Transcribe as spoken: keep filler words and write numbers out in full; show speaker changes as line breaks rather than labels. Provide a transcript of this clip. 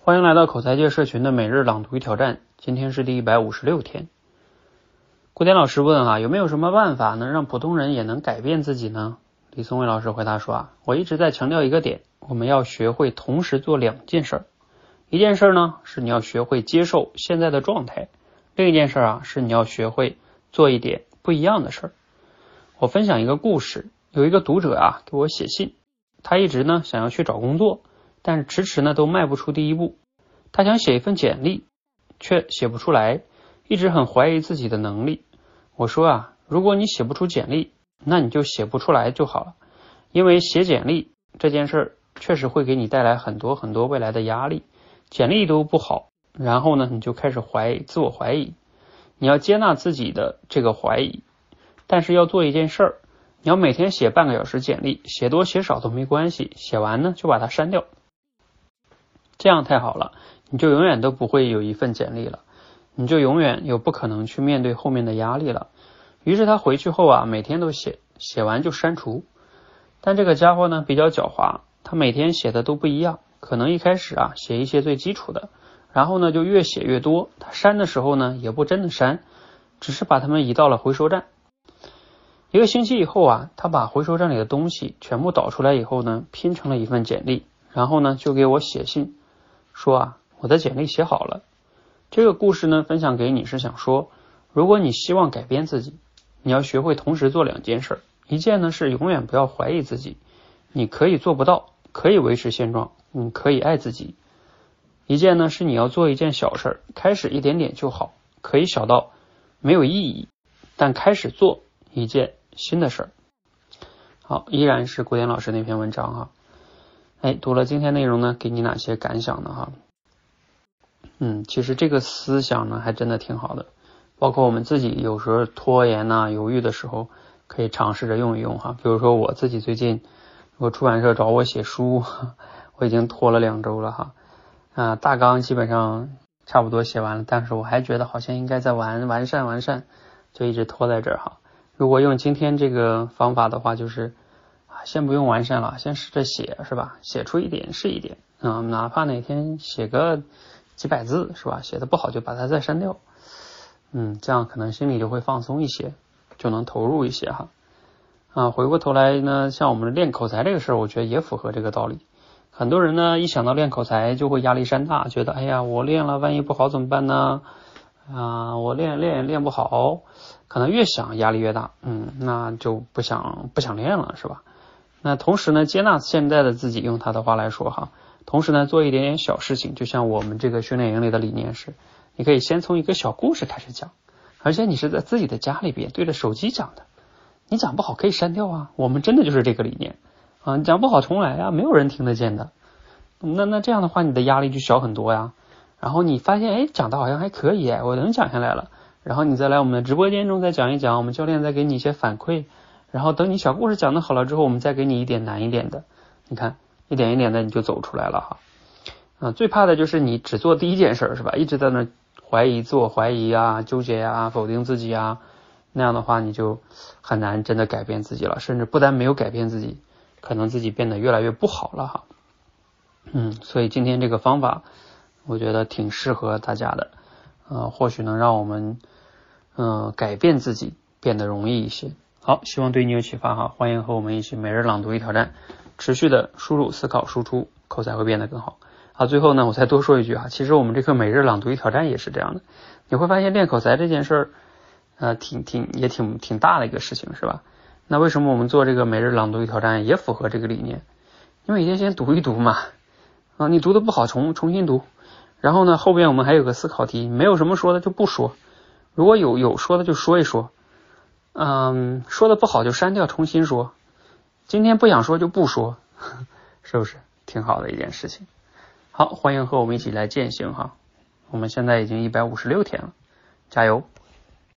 欢迎来到口才界社群的每日朗读与挑战，今天是第一百五十六天。古典老师问啊，有没有什么办法能让普通人也能改变自己呢？李松蔚老师回答说啊，我一直在强调一个点，我们要学会同时做两件事儿。一件事呢是你要学会接受现在的状态，另一件事啊是你要学会做一点不一样的事儿。我分享一个故事，有一个读者啊给我写信，他一直呢想要去找工作，但是迟迟呢都迈不出第一步。他想写一份简历，却写不出来，一直很怀疑自己的能力。我说啊，如果你写不出简历，那你就写不出来就好了，因为写简历这件事确实会给你带来很多很多未来的压力。简历都不好，然后呢你就开始怀疑，自我怀疑。你要接纳自己的这个怀疑，但是要做一件事儿，你要每天写半个小时简历，写多写少都没关系，写完呢就把它删掉。这样太好了，你就永远都不会有一份简历了，你就永远有不可能去面对后面的压力了。于是他回去后啊，每天都写，写完就删除。但这个家伙呢比较狡猾，他每天写的都不一样，可能一开始啊写一些最基础的，然后呢就越写越多。他删的时候呢也不真的删，只是把它们移到了回收站。一个星期以后啊，他把回收站里的东西全部导出来以后呢，拼成了一份简历，然后呢就给我写信说啊，我的简历写好了。这个故事呢分享给你是想说，如果你希望改变自己，你要学会同时做两件事。一件呢是永远不要怀疑自己，你可以做不到，可以维持现状，你可以爱自己。一件呢是你要做一件小事，开始一点点就好，可以小到没有意义，但开始做一件新的事儿。好，依然是古典老师那篇文章哈。哎，读了今天内容呢，给你哪些感想呢哈？嗯，其实这个思想呢还真的挺好的，包括我们自己有时候拖延呐、犹豫的时候，可以尝试着用一用哈。比如说我自己最近，如果出版社找我写书，我已经拖了两周了哈。啊，大纲基本上差不多写完了，但是我还觉得好像应该再完完善完善，就一直拖在这儿哈。如果用今天这个方法的话，就是啊，先不用完善了，先试着写是吧？写出一点是一点啊、嗯，哪怕哪天写个几百字是吧？写的不好就把它再删掉，嗯，这样可能心里就会放松一些，就能投入一些哈。啊，回过头来呢，像我们练口才这个事儿，我觉得也符合这个道理。很多人呢，一想到练口才就会压力山大，觉得哎呀，我练了万一不好怎么办呢？啊，我练练练不好，可能越想压力越大，嗯，那就不想不想练了是吧？那同时呢，接纳现在的自己，用他的话来说哈，同时呢，做一点点小事情，就像我们这个训练营里的理念是，你可以先从一个小故事开始讲，而且你是在自己的家里边对着手机讲的，你讲不好可以删掉啊，我们真的就是这个理念啊，你讲不好重来啊，没有人听得见的。那那这样的话，你的压力就小很多呀。然后你发现，哎，讲的好像还可以，我能讲下来了。然后你再来我们的直播间中再讲一讲，我们教练再给你一些反馈。然后等你小故事讲得好了之后，我们再给你一点难一点的。你看，一点一点的你就走出来了哈。啊，最怕的就是你只做第一件事是吧？一直在那怀疑、自我怀疑啊、纠结啊、否定自己啊，那样的话你就很难真的改变自己了，甚至不但没有改变自己，可能自己变得越来越不好了哈。嗯，所以今天这个方法我觉得挺适合大家的，呃，或许能让我们嗯、呃、改变自己变得容易一些。好，希望对你有启发哈，欢迎和我们一起每日朗读与挑战，持续的输入、思考、输出，口才会变得更好。好，最后呢，我再多说一句哈，其实我们这个每日朗读与挑战也是这样的，你会发现练口才这件事儿，呃，挺挺也挺挺大的一个事情是吧？那为什么我们做这个每日朗读与挑战也符合这个理念？因为一天先读一读嘛。啊，你读的不好重重新读，然后呢后边我们还有个思考题，没有什么说的就不说，如果有有说的就说一说，嗯，说的不好就删掉重新说，今天不想说就不说，是不是挺好的一件事情？好，欢迎和我们一起来践行哈，我们现在已经一百五十六天了，加油。